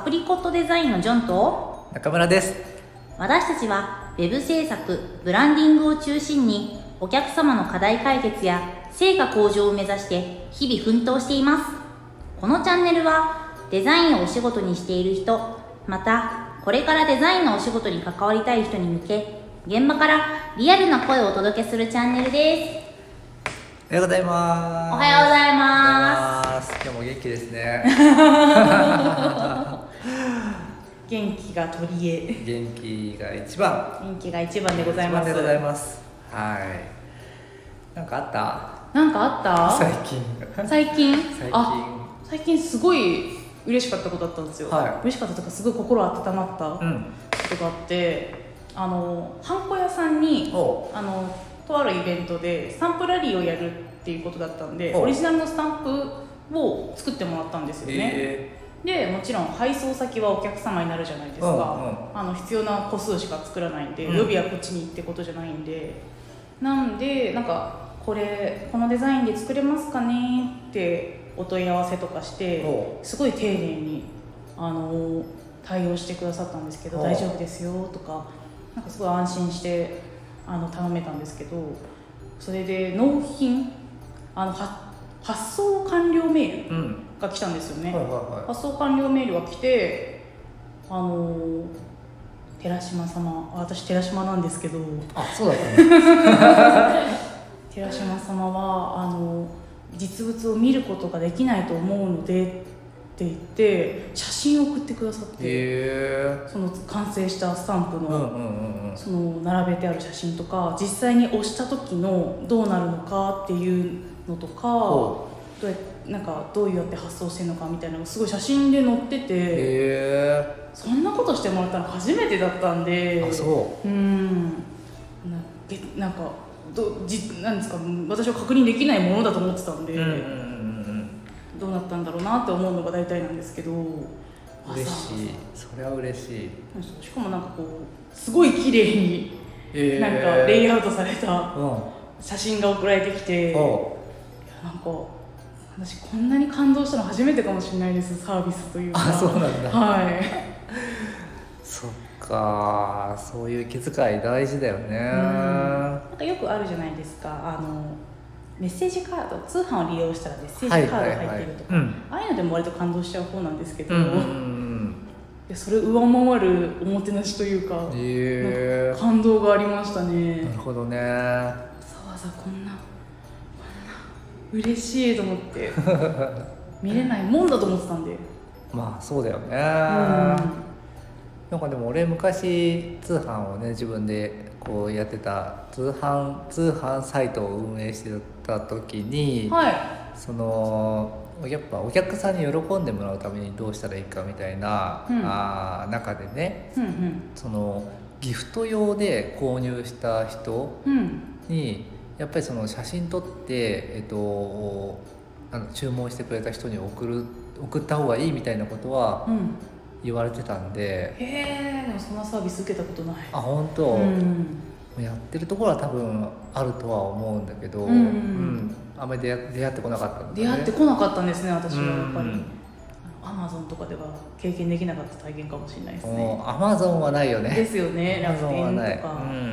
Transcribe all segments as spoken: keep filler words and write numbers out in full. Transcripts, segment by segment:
プリコットデザインのジョンと中村です。 私たちはウェブ制作、ブランディングを中心にお客様の課題解決や成果向上を目指して日々奮闘しています。このチャンネルはデザインをお仕事にしている人、またこれからデザインのお仕事に関わりたい人に向け、現場からリアルな声をお届けするチャンネルです。 おはようございます。 おはようございます。 今日も元気ですね。 元気が取り柄。 元気が一番。 元気が一番でございます。 一番でございます。はい。なんかあった？ なんかあった最近。 最近最近。 あ、最近すごい嬉しかったことだったんですよ。 はい。 嬉しかったとかすごい心温まったことがあって、うん、あのハンコ屋さんにあのとあるイベントでスタンプラリーをやるっていうことだったんで、オリジナルのスタンプを作ってもらったんですよね。えー、でもちろん配送先はお客様になるじゃないですか。うんうん、あの必要な個数しか作らないんで、うん、予備はこっちにってことじゃないんで、なんでなんかこれこのデザインで作れますかねってお問い合わせとかしてすごい丁寧にあの対応してくださったんですけど、大丈夫ですよとか、なんかすごい安心してあの頼めたんですけど、それで納品あの発送完了メールが来たんですよね。うんはいはいはい、発送完了メールが来て、あの寺島様、私寺島なんですけど、 あ、そうだったね。 寺島様はあの実物を見ることができないと思うのでって言って写真を送ってくださって、 へその完成したスタンプの、 うんうんうんうん、 その並べてある写真とか、実際に押した時のどうなるのかっていうのとか、どうやなんかどうやって発送してるのかみたいなのがすごい写真で載ってて、 へそんなことしてもらったの初めてだったんで、 あそううんななんかどじなんですか、私は確認できないものだと思ってたんで、うんうんうんうん、どうなったんだろうなって思うのが大体なんですけど、 嬉しい、それは嬉しい。 しかもなんかこうすごい綺麗になんかレイアウトされた写真が送られてきて、うん、いやなんか私こんなに感動したの初めてかもしれないです。サービスというか。 あ、そうなんだ。 はいそっか、そういう気遣い大事だよね。 なんかよくあるじゃないですか、あのメッセージカード、通販を利用したらメッセージカード入ってるとか、ああいうのでも割と感動しちゃう方なんですけど、うんうんうん、いやそれを上回るおもてなしというか、えー、なんか感動がありましたね。 なるほどね。 わざわざこんなこんな嬉しいと思って見れないもんだと思ってたんで。 まあそうだよね。うんなんかでも俺昔通販をね自分でこうやってた通販通販サイトを運営してた時に、 はい、 そのやっぱお客さんに喜んでもらうためにどうしたらいいかみたいな、うん、あ中でね、うんうん、そのギフト用で購入した人に、うん、やっぱりその写真撮って、えっと、あの注文してくれた人に送る送った方がいいみたいなことは、うん言われてたんで。 へえ、でもそんなサービス受けたことない。 あ、本当、うん、やってるところは多分あるとは思うんだけど、うん、うん、あんまり出会、出会ってこなかったんだね。 出会ってこなかったんですね、私はやっぱり。アマゾンとかでは経験できなかった体験かもしれないですね。 アマゾンはないよね。 ですよね、 アマゾンはない。うん、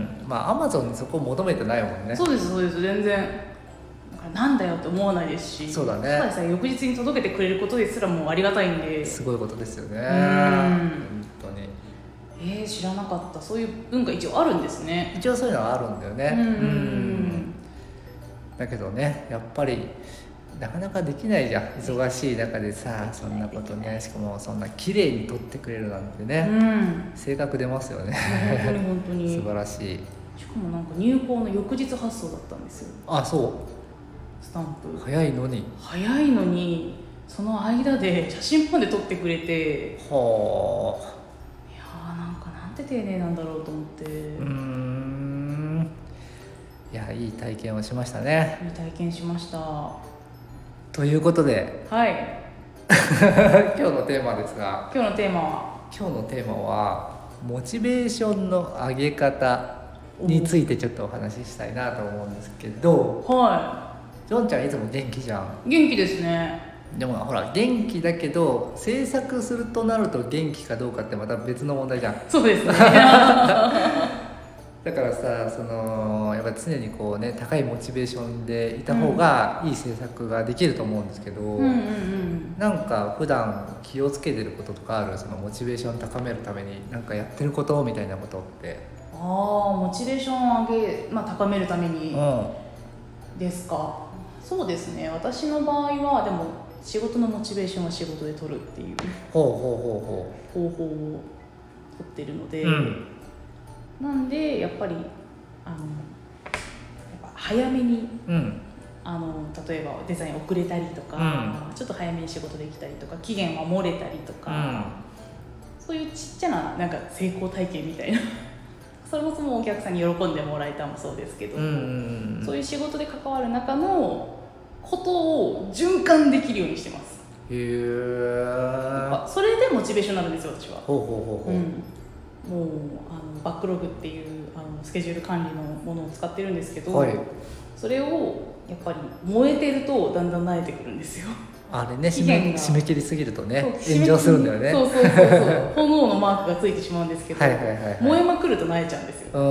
まあアマゾンにそこを求めてないもんね。 そうですそうです、全然。なんだよって思わないですし、 そうだね。 ただでさえ翌日に届けてくれることですらもうありがたいんで、 すごいことですよね。本当に。 えー、知らなかった。そういう文化一応あるんですね。 一応そういうのはあるんだよね。うんうんだけどね、やっぱりなかなかできないじゃん。忙しい中でさ、そんなことね、しかもそんな綺麗に撮ってくれるなんてね、うん、性格出ますよね。 本当に本当に素晴らしい。 しかもなんか入稿の翌日発送だったんですよ。 あ、そう。 スタンプ早いのに早いのにその間で写真まで撮ってくれて、はあ、いやーなんかなんて丁寧なんだろうと思って。うーんいやいい体験をしましたね。 いい体験しました。 ということで、 はい今日のテーマですが、 今日のテーマは今日のテーマはモチベーションの上げ方についてちょっとお話ししたいなと思うんですけど、 はい。 ジョンちゃんいつも元気じゃん。 元気ですね。 でもほら元気だけど制作するとなると元気かどうかってまた別の問題じゃん。 そうですねだからさ、そのやっぱ常にこうね高いモチベーションでいた方がいい制作ができると思うんですけど、うんうんうん、なんか普段気をつけてることとかある？そのモチベーション高めるためになんかやってることみたいなことって。 ああ、モチベーションを上げ、まあ、高めるためにですか、うん、そうですね。私の場合はでも仕事のモチベーションは仕事で取るっていうほうほうほうほう方法を取ってるので、うん、なんでやっぱりあのやっぱ早めに、うん、あの例えばデザイン遅れたりとか、うん、ちょっと早めに仕事できたりとか期限は漏れたりとか、うん、そういうちっちゃななんか成功体験みたいなそれもそもお客さんに喜んでもらえたもそうですけど、うんうんうん、そういう仕事で関わる中のことを循環できるようにしてます。 へえ。 それでモチベーションになるんですよ、私は。 ほうほうほうほう、うん、 もうあのバックログっていうあのスケジュール管理のものを使ってるんですけど、 はい、 それをやっぱり燃えてるとだんだん慣れてくるんですよ。 あれね、締め、締め切りすぎるとね炎上するんだよね。 そうそうそうそう炎のマークがついてしまうんですけど、はいはいはいはい、燃えまくると慣れちゃうんですよ。うん、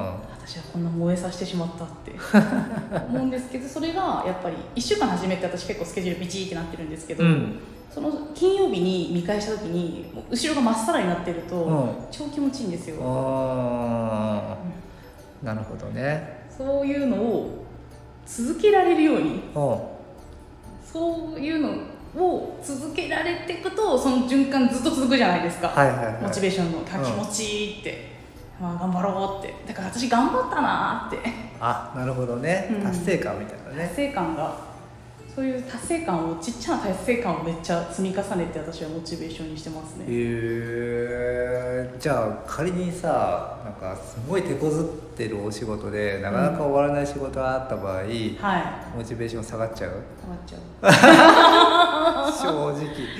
私はこんな燃えさせてしまったって思うんですけど、それがやっぱりいっしゅうかん始めて私結構スケジュールビチーってなってるんですけど、うん、その金曜日に見返した時に後ろがまっさらになってると、うん、超気持ちいいんですよ。あ、 うん、なるほどね。 そういうのを続けられるように、そういうのを続けられていくとその循環ずっと続くじゃないですか、はいはいはい、モチベーションの気持ちいいって、うん、まあ、頑張ろうって、だから私頑張ったなって。あ、 なるほどね、うん、達成感みたいなね。 達成感が、そういう達成感を、ちっちゃな達成感をめっちゃ積み重ねて私はモチベーションにしてますね。へえ。じゃあ仮にさ、なんかすごい手こずってるお仕事でなかなか終わらない仕事があった場合、うん、はい、モチベーション下がっちゃう？ 下がっちゃう正直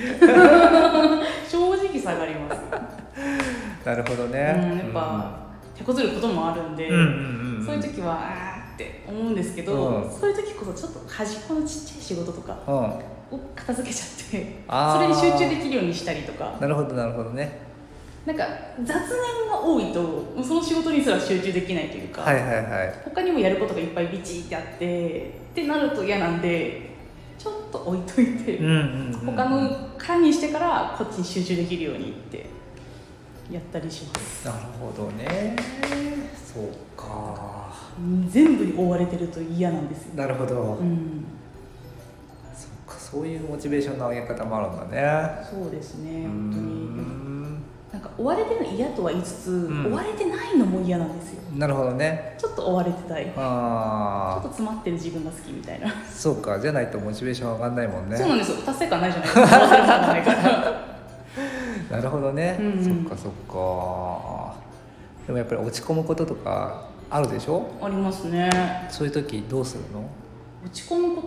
正直下がりますなるほどね、 うん、やっぱ、うん、手こずることもあるんで、うんうんうん、そういう時はあーって思うんですけど、うん、そういう時こそちょっと端っこのちっちゃい仕事とかを片付けちゃって、うん、それに集中できるようにしたりとか。 なるほどなるほどね。 なんか雑念が多いとその仕事にすら集中できないというか、はいはいはい、他にもやることがいっぱいビチってあってってなると嫌なんで、ちょっと置いといて、うんうんうんうん、他のからにしてからこっちに集中できるようにってやったりします。 なるほどね。そうか、 全部に追われてると嫌なんですよ。 なるほど、うん、そうか、そういうモチベーションの上げ方もあるんだね。 そうですね、本当になんか追われてるの嫌とは言いつつ、うん、追われてないのも嫌なんですよ。 なるほどね。 ちょっと追われてたい、あ、ちょっと詰まってる自分が好きみたいな。 そうか、じゃないとモチベーション上がんないもんね。 そうなんですよ、達成感ないじゃないですか。追われるものがないからなるほどね、うんうん、そっかそっか。でもやっぱり落ち込むこととかあるでしょ？ ありますね。 そういう時どうするの？ 落ち込むこと、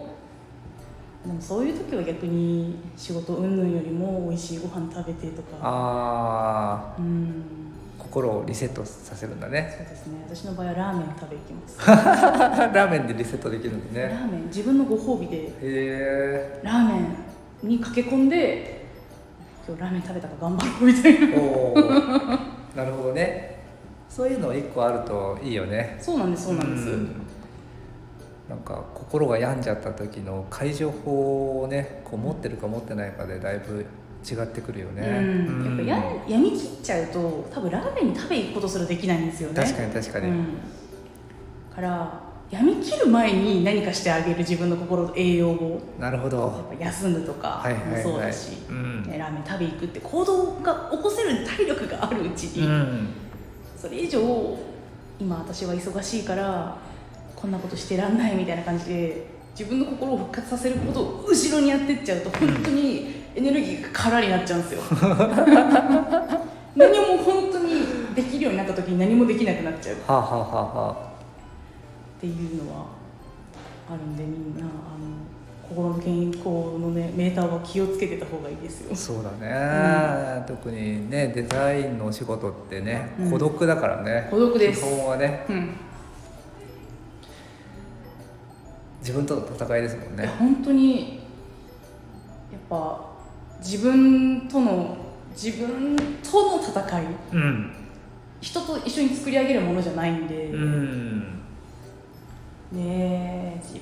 でもそういう時は逆に仕事云々よりも美味しいご飯食べてとか、あ、 うん、心をリセットさせるんだね。 そうですね、私の場合はラーメンを食べ行きますラーメンでリセットできるんですね。 ラーメン、自分のご褒美でへラーメンに駆け込んで、今日ラーメン食べたから頑張ろうみたいな。おなるほどね。そういうのいっこあるといいよね。 そうなんです、そうなんです、うん、 なんか心が病んじゃった時の解除法をね、こう持ってるか持ってないかでだいぶ違ってくるよね、うんうん、やっぱや病み切っちゃうと多分ラーメンに食べ行くことすらできないんですよね。 確かに確かに、うん、 から病み切る前に何かしてあげる自分の心と栄養を。 なるほど。 やっぱ休むとかもそうだし、はいはいはい、うん、ラーメン食べ行くって行動が起こせる体力があるうちに、うん、それ以上今私は忙しいからこんなことしてらんないみたいな感じで自分の心を復活させることを後ろにやってっちゃうと、本当にエネルギーが空になっちゃうんですよ何も本当にできるようになった時に何もできなくなっちゃう、はあはあはあ、っていうのはあるんで、みんなあの心の健康の、ね、メーターは気をつけてた方がいいですよ。 そうだね、うん、特にねデザインのお仕事ってね、うん、孤独だからね。 孤独です。 基本はね、うん、自分との戦いですもんね。 本当に自分との自分との戦い、 うん、 人と一緒に作り上げるものじゃないんで、 うん、 ねえ、自分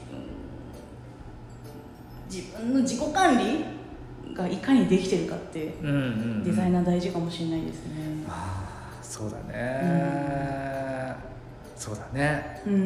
自分の自己管理がいかにできてるかって、うんうんうん、デザイナー大事かもしれないですね。 ああ、そうだね、うん、そうだね。 うん。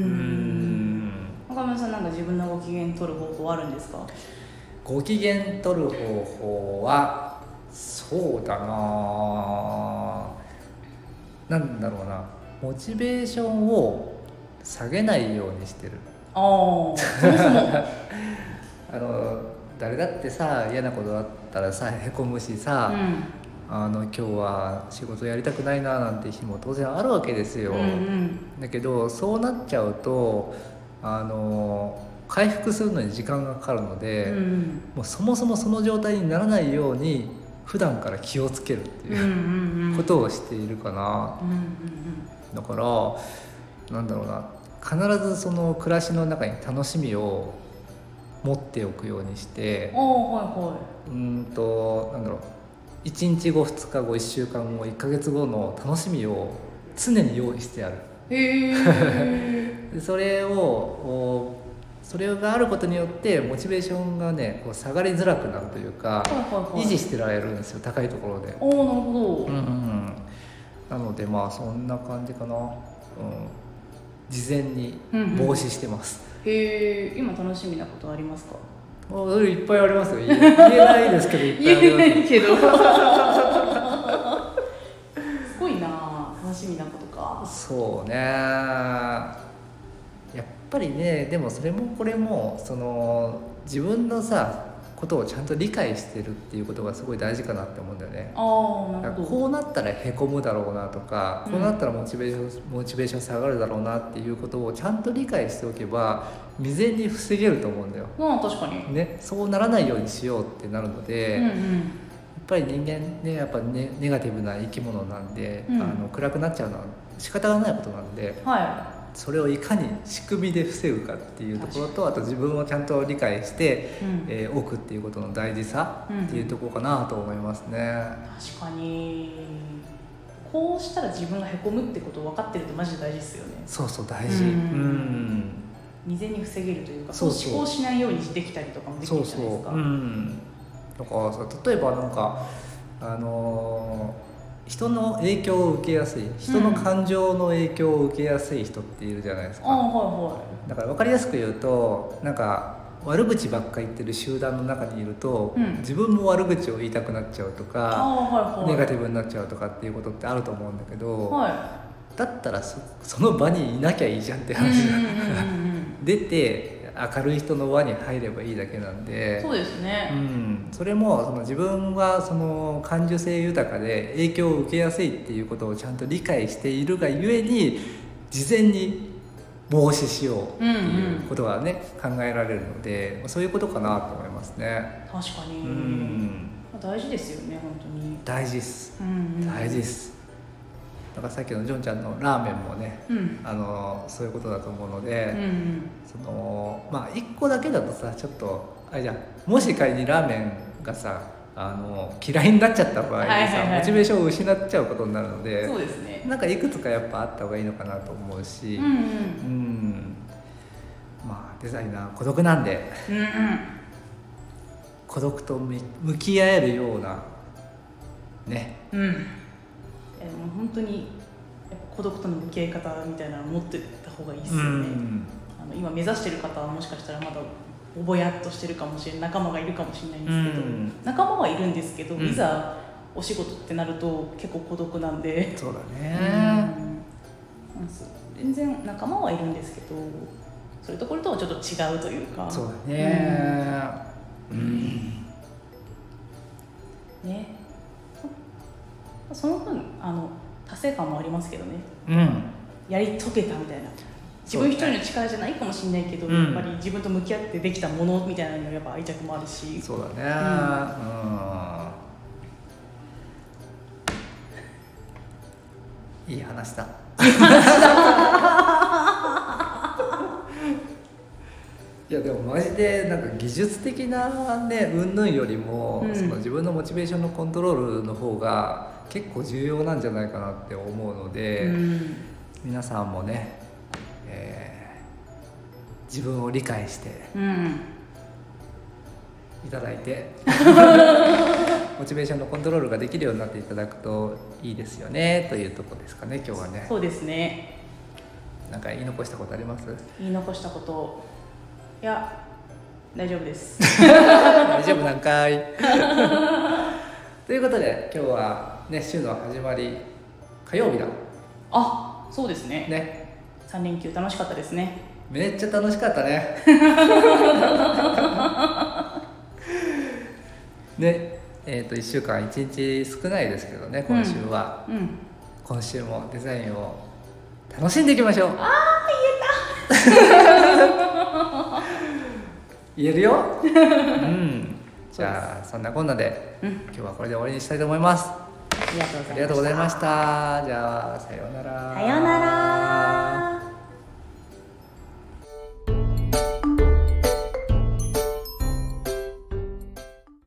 中村さん、なんか自分のご機嫌取る方法あるんですか？ ご機嫌取る方法はそうだな、なんだろうな、モチベーションを下げないようにしてる。 ああ、そもそもあの誰だってさ、嫌なことあったらさへこむしさ、うん、あの今日は仕事やりたくないななんて日も当然あるわけですよ、うんうん、だけどそうなっちゃうとあの回復するのに時間がかかるので、うん、もうそもそもその状態にならないように普段から気をつけるっていうことをしているかな、うんうんうん、だからなんだろうな、必ずその暮らしの中に楽しみを持っておくようにして、 はいはい、 うんとなんだろう、いちにちごふつかごいっしゅうかんごいっかげつごの楽しみを常に用意してある。 へーそれをそれがあることによってモチベーションがねこう下がりづらくなるというか、はいはいはい、維持してられるんですよ、高いところで。 おー、なるほど、 うんうん、なのでまあそんな感じかな、うん、事前に防止してます、 うんうん、へえ、今楽しみなことありますか？ あ、いっぱいありますよ。言え、言えないですけどいっぱいあります。 言えないけどすごいな、楽しみなことか。 そうね、やっぱりね、でもそれもこれもその自分のさことをちゃんと理解してるっていうことがすごい大事かなって思うんだよね。 あ、なるほど。 こうなったらへこむだろうなとか、うん、こうなったらモチベーション、モチベーション下がるだろうなっていうことをちゃんと理解しておけば未然に防げると思うんだよ。 まあ確かにね、そうならないようにしようってなるので、うんうん、やっぱり人間ね、やっぱねネガティブな生き物なんで、うん、あの暗くなっちゃうのは仕方がないことなんで、 はい、 それをいかに仕組みで防ぐかっていうところと、あと自分をちゃんと理解して、うんえー、おくっていうことの大事さっていうところかなと思いますね、 うん、確かにこうしたら自分がへこむってことを分かってるとマジで大事ですよね。 そうそう、大事、うん、うん、 未然に防げるというか、そうそう思考しないようにできたりとかもできるじゃないですか。 そうそう、うん、だからさ、例えばなんかあのー人の影響を受けやすい、人の感情の影響を受けやすい人っているじゃないですか、うん、 はいはい、 だから分かりやすく言うと、なんか悪口ばっかり言ってる集団の中にいると、うん、自分も悪口を言いたくなっちゃうとか、はいはい、ネガティブになっちゃうとかっていうことってあると思うんだけど、はい、だったら そ, その場にいなきゃいいじゃんって話が出て明るい人の輪に入ればいいだけなんで。 そうですね、 うん、それもその自分はその感受性豊かで影響を受けやすいっていうことをちゃんと理解しているがゆえに事前に防止しようっていうことがね、うんうん、考えられるので、そういうことかなと思いますね。 確かに、うん、大事ですよね、本当に大事です、 うんうん、 大事です。だからさっきのジョンちゃんのラーメンもね、うん、あのそういうことだと思うので、うんうん、そのまあいっこだけだとさちょっとあれじゃん、もし仮にラーメンがさあの嫌いになっちゃった場合にさ、はいはいはい、モチベーションを失っちゃうことになるので、 そうですね、 なんかいくつかやっぱあった方がいいのかなと思うし、うんうんうん、まあデザイナー孤独なんで、うんうん、孤独と向き合えるようなね、 うん、えもう本当に孤独との向き合い方みたいなのを持ってた方がいいですよね、うん、あの今目指してる方はもしかしたらまだぼやっとしてるかもしれない、仲間がいるかもしれないんですけど、うん、仲間はいるんですけど、うん、いざお仕事ってなると結構孤独なんで。 そうだね、 うん、全然仲間はいるんですけど、それとこれとはちょっと違うというか。 そうだね、うん、うん、 ね、その分あの達成感もありますけどね、 うん、 やり遂げたみたいな、自分一人の力じゃないかもしれないけど、うん、やっぱり自分と向き合ってできたものみたいなのにやっぱ愛着もあるし。 そうだね、うん、いい話だ。いい話だいやでもマジでなんか技術的なね云々よりも、うん、その自分のモチベーションのコントロールの方が結構重要なんじゃないかなって思うので、うん、皆さんもね、えー、自分を理解して、うんいただいてモチベーションのコントロールができるようになっていただくといいですよねというところですかね今日はね。 そうですね。 なんか言い残したことあります？ 言い残したこと、いや大丈夫です大丈夫なんかいということで今日はね週の始まり火曜日だ。 あ、そうですね。 ね、 さん連休楽しかったですね。 めっちゃ楽しかったねね、えー、といっしゅうかんいちにち少ないですけどね今週は、うんうん、今週もデザインを楽しんでいきましょう。 あー言えた言えるよ、うん、じゃあそんなこんなで、うん、今日はこれで終わりにしたいと思います。 ありがとうございました。 じゃあさようなら。 さようなら。